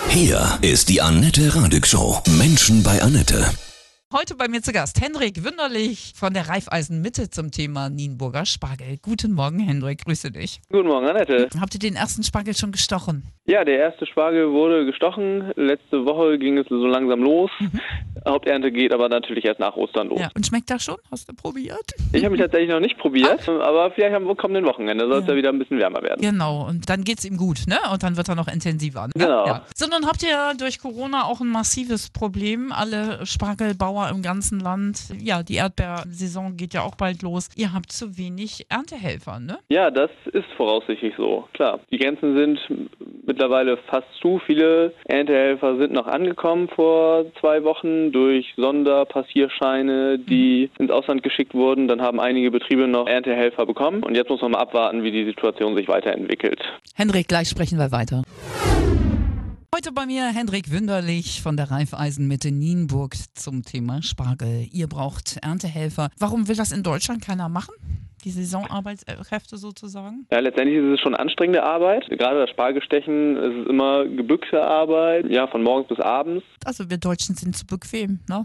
Hier ist die Annette Radig Show. Menschen bei Annette. Heute bei mir zu Gast Hendrik Wünderlich von der Raiffeisen Mitte zum Thema Nienburger Spargel. Guten Morgen, Hendrik, grüße dich. Guten Morgen, Annette. Habt ihr den ersten Spargel schon gestochen? Ja, der erste Spargel wurde gestochen. Letzte Woche ging es so langsam los. Haupternte geht aber natürlich erst nach Ostern los. Ja. Und schmeckt das schon? Hast du probiert? Ich habe mich tatsächlich noch nicht probiert, aber vielleicht am kommenden Wochenende soll es ja wieder ein bisschen wärmer werden. Genau, und dann geht's ihm gut, ne? Und dann wird er noch intensiver. Ne? Genau. Ja. So, nun habt ihr durch Corona auch ein massives Problem. Alle Spargelbauer im ganzen Land. Ja, die Erdbeersaison geht ja auch bald los. Ihr habt zu wenig Erntehelfer, ne? Ja, das ist voraussichtlich so, klar. Die Grenzen sind mittlerweile fast zu. Viele Erntehelfer sind noch angekommen vor 2 Wochen durch Sonderpassierscheine, die ins Ausland geschickt wurden. Dann haben einige Betriebe noch Erntehelfer bekommen. Und jetzt muss man mal abwarten, wie die Situation sich weiterentwickelt. Hendrik, gleich sprechen wir weiter. Heute bei mir Hendrik Wünderlich von der Raiffeisen Mitte Nienburg zum Thema Spargel. Ihr braucht Erntehelfer. Warum will das in Deutschland keiner machen? Die Saisonarbeitskräfte sozusagen? Ja, letztendlich ist es schon anstrengende Arbeit. Gerade das Spargelstechen ist immer gebückte Arbeit, ja, von morgens bis abends. Also wir Deutschen sind zu bequem, ne?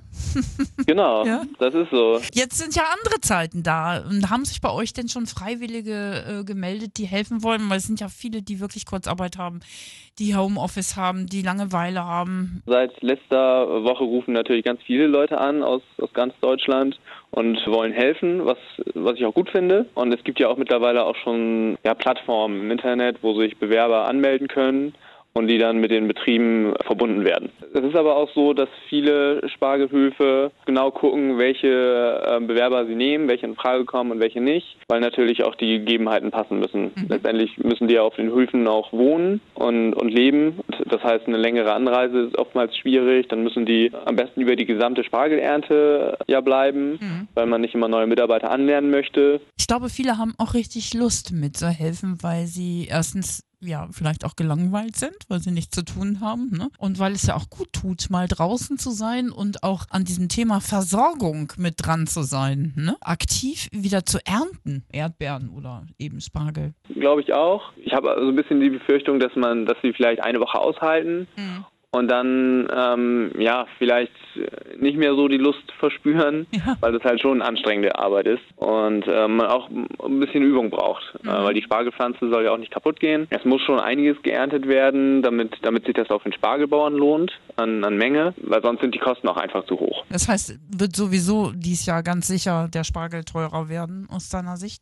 Genau, Ja. Das ist so. Jetzt sind ja andere Zeiten da. Und haben sich bei euch denn schon Freiwillige gemeldet, die helfen wollen? Weil es sind ja viele, die wirklich Kurzarbeit haben, die Homeoffice haben, die Langeweile haben. Seit letzter Woche rufen natürlich ganz viele Leute an aus ganz Deutschland und wollen helfen, was ich auch gut finde. Und es gibt ja auch mittlerweile auch schon Plattformen im Internet, wo sich Bewerber anmelden können und die dann mit den Betrieben verbunden werden. Es ist aber auch so, dass viele Spargelhöfe genau gucken, welche Bewerber sie nehmen, welche in Frage kommen und welche nicht, weil natürlich auch die Gegebenheiten passen müssen. Letztendlich müssen die ja auf den Höfen auch wohnen und leben. Das heißt, eine längere Anreise ist oftmals schwierig. Dann müssen die am besten über die gesamte Spargelernte bleiben, weil man nicht immer neue Mitarbeiter anlernen möchte. Ich glaube, viele haben auch richtig Lust mitzuhelfen, weil sie erstens vielleicht auch gelangweilt sind, weil sie nichts zu tun haben, ne? Und weil es ja auch gut tut, mal draußen zu sein und auch an diesem Thema Versorgung mit dran zu sein, ne? Aktiv wieder zu ernten, Erdbeeren oder eben Spargel. Glaube ich auch. Ich habe also ein bisschen die Befürchtung, dass sie vielleicht eine Woche aushalten. Und dann, vielleicht nicht mehr so die Lust verspüren, weil das halt schon anstrengende Arbeit ist und man auch ein bisschen Übung braucht, weil die Spargelpflanze soll ja auch nicht kaputt gehen. Es muss schon einiges geerntet werden, damit sich das auf den Spargelbauern lohnt, an Menge, weil sonst sind die Kosten auch einfach zu hoch. Das heißt, wird sowieso dieses Jahr ganz sicher der Spargel teurer werden aus deiner Sicht?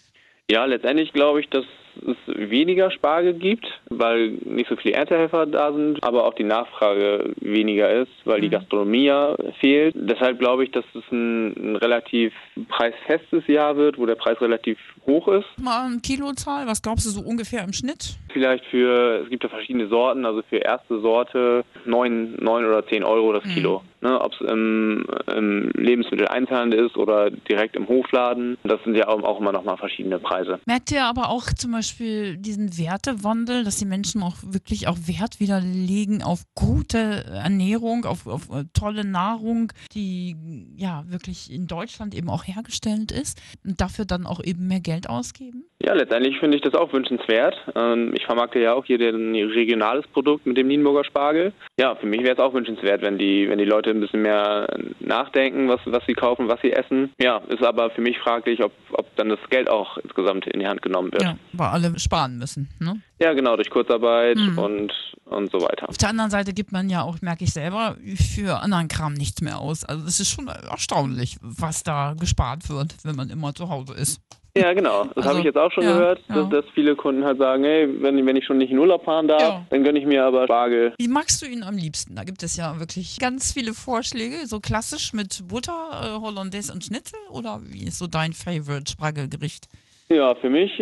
Ja, letztendlich glaube ich, dass es weniger Spargel gibt, weil nicht so viele Erntehelfer da sind, aber auch die Nachfrage weniger ist, weil die Gastronomie ja fehlt. Deshalb glaube ich, dass es ein relativ preisfestes Jahr wird, wo der Preis relativ hoch ist. Mal eine Kilozahl, was glaubst du so ungefähr im Schnitt? Vielleicht es gibt ja verschiedene Sorten, also für erste Sorte 9 oder 10 Euro das Kilo. Ne, ob es im Lebensmitteleinzelhandel ist oder direkt im Hofladen, das sind ja auch immer noch mal verschiedene Preise. Merkt ihr aber auch zum Beispiel diesen Wertewandel, dass die Menschen auch wirklich auch Wert wieder legen auf gute Ernährung, auf tolle Nahrung, die ja wirklich in Deutschland eben auch hergestellt ist und dafür dann auch eben mehr Geld ausgeben? Ja, letztendlich finde ich das auch wünschenswert. Ich vermarkte ja auch hier ein regionales Produkt mit dem Nienburger Spargel. Ja, für mich wäre es auch wünschenswert, wenn die Leute ein bisschen mehr nachdenken, was sie kaufen, was sie essen. Ja, ist aber für mich fraglich, ob dann das Geld auch insgesamt in die Hand genommen wird. Ja, weil alle sparen müssen, ne? Ja, genau, durch Kurzarbeit und so weiter. Auf der anderen Seite gibt man ja auch, merke ich selber, für anderen Kram nichts mehr aus. Also es ist schon erstaunlich, was da gespart wird, wenn man immer zu Hause ist. Ja, genau. Das habe ich jetzt auch schon gehört, dass viele Kunden halt sagen, hey, wenn ich schon nicht in Urlaub fahren darf, dann gönne ich mir aber Spargel. Wie magst du ihn am liebsten? Da gibt es ja wirklich ganz viele Vorschläge, so klassisch mit Butter, Hollandaise und Schnitzel, oder wie ist so dein Favorite Spargelgericht? Ja, für mich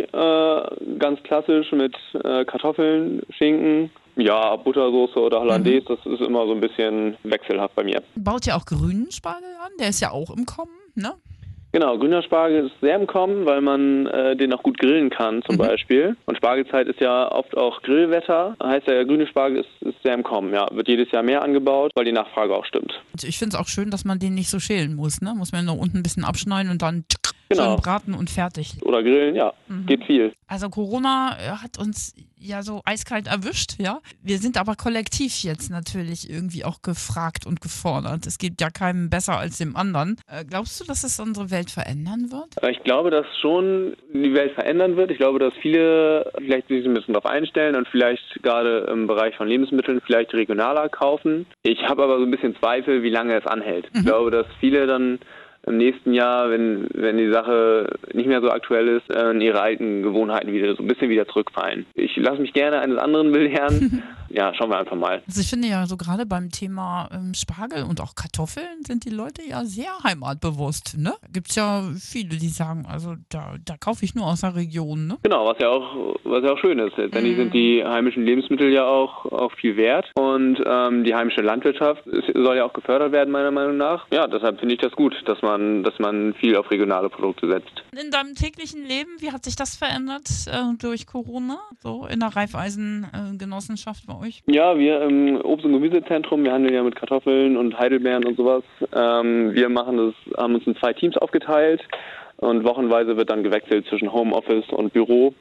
ganz klassisch mit Kartoffeln, Schinken. Ja, Buttersoße oder Hollandaise, das ist immer so ein bisschen wechselhaft bei mir. Baut ihr auch grünen Spargel an? Der ist ja auch im Kommen, ne? Genau, grüner Spargel ist sehr im Kommen, weil man den auch gut grillen kann zum Beispiel. Und Spargelzeit ist ja oft auch Grillwetter. Heißt der grüne Spargel ist sehr im Kommen. Ja, wird jedes Jahr mehr angebaut, weil die Nachfrage auch stimmt. Ich finde es auch schön, dass man den nicht so schälen muss, ne? Muss man nur unten ein bisschen abschneiden und dann Genau. schön braten und fertig. Oder grillen, ja, geht viel. Also Corona hat uns ja so eiskalt erwischt, ja. Wir sind aber kollektiv jetzt natürlich irgendwie auch gefragt und gefordert. Es geht ja keinem besser als dem anderen. Glaubst du, dass es unsere Welt verändern wird? Ich glaube, dass schon die Welt verändern wird. Ich glaube, dass viele vielleicht sich ein bisschen darauf einstellen und vielleicht gerade im Bereich von Lebensmitteln vielleicht regionaler kaufen. Ich habe aber so ein bisschen Zweifel, wie lange es anhält. Ich glaube, dass viele dann im nächsten Jahr, wenn die Sache nicht mehr so aktuell ist, in ihre alten Gewohnheiten wieder so ein bisschen wieder zurückfallen. Ich lasse mich gerne eines anderen belehren. Ja, schauen wir einfach mal. Also ich finde ja so gerade beim Thema Spargel und auch Kartoffeln sind die Leute ja sehr heimatbewusst. Ne? Gibt es ja viele, die sagen, also da kaufe ich nur aus der Region. Ne? Genau, was ja auch schön ist. Letztendlich sind die heimischen Lebensmittel ja auch viel wert und die heimische Landwirtschaft soll ja auch gefördert werden, meiner Meinung nach. Ja, deshalb finde ich das gut, dass man viel auf regionale Produkte setzt. In deinem täglichen Leben, wie hat sich das verändert durch Corona, so in der Raiffeisen-Genossenschaft bei euch? Ja, wir im Obst- und Gemüsezentrum, wir handeln ja mit Kartoffeln und Heidelbeeren und sowas. Wir haben uns in 2 Teams aufgeteilt und wochenweise wird dann gewechselt zwischen Homeoffice und Büro.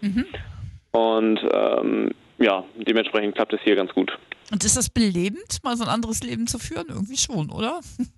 Und ja, dementsprechend klappt es hier ganz gut. Und ist das belebend, mal so ein anderes Leben zu führen? Irgendwie schon, oder?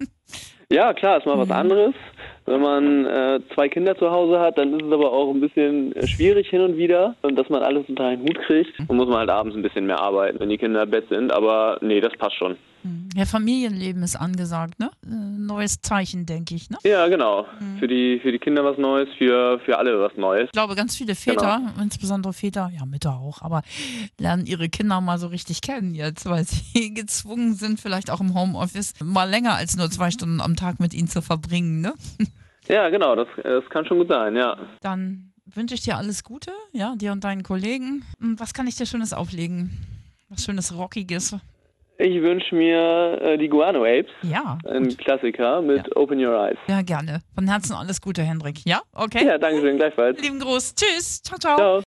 Ja, klar, ist mal was anderes. Wenn man 2 Kinder zu Hause hat, dann ist es aber auch ein bisschen schwierig hin und wieder, dass man alles unter einen Hut kriegt. Dann muss man halt abends ein bisschen mehr arbeiten, wenn die Kinder im Bett sind. Aber nee, das passt schon. Ja, Familienleben ist angesagt, ne? Neues Zeichen, denke ich, ne? Ja, genau. Für die Kinder was Neues, für alle was Neues. Ich glaube, ganz viele Väter, insbesondere Väter, ja Mütter auch, aber lernen ihre Kinder mal so richtig kennen jetzt, weil sie gezwungen sind, vielleicht auch im Homeoffice mal länger als nur 2 Stunden am Tag mit ihnen zu verbringen, ne? Ja, genau, das kann schon gut sein, ja. Dann wünsche ich dir alles Gute, ja, dir und deinen Kollegen. Was kann ich dir Schönes auflegen? Was Schönes, Rockiges? Ich wünsche mir die Guano Apes. Ja. Ein Klassiker mit Open Your Eyes. Ja, gerne. Von Herzen alles Gute, Hendrik. Ja, okay. Ja, danke schön, gleichfalls. Lieben Gruß. Tschüss. Ciao, ciao. Ciao.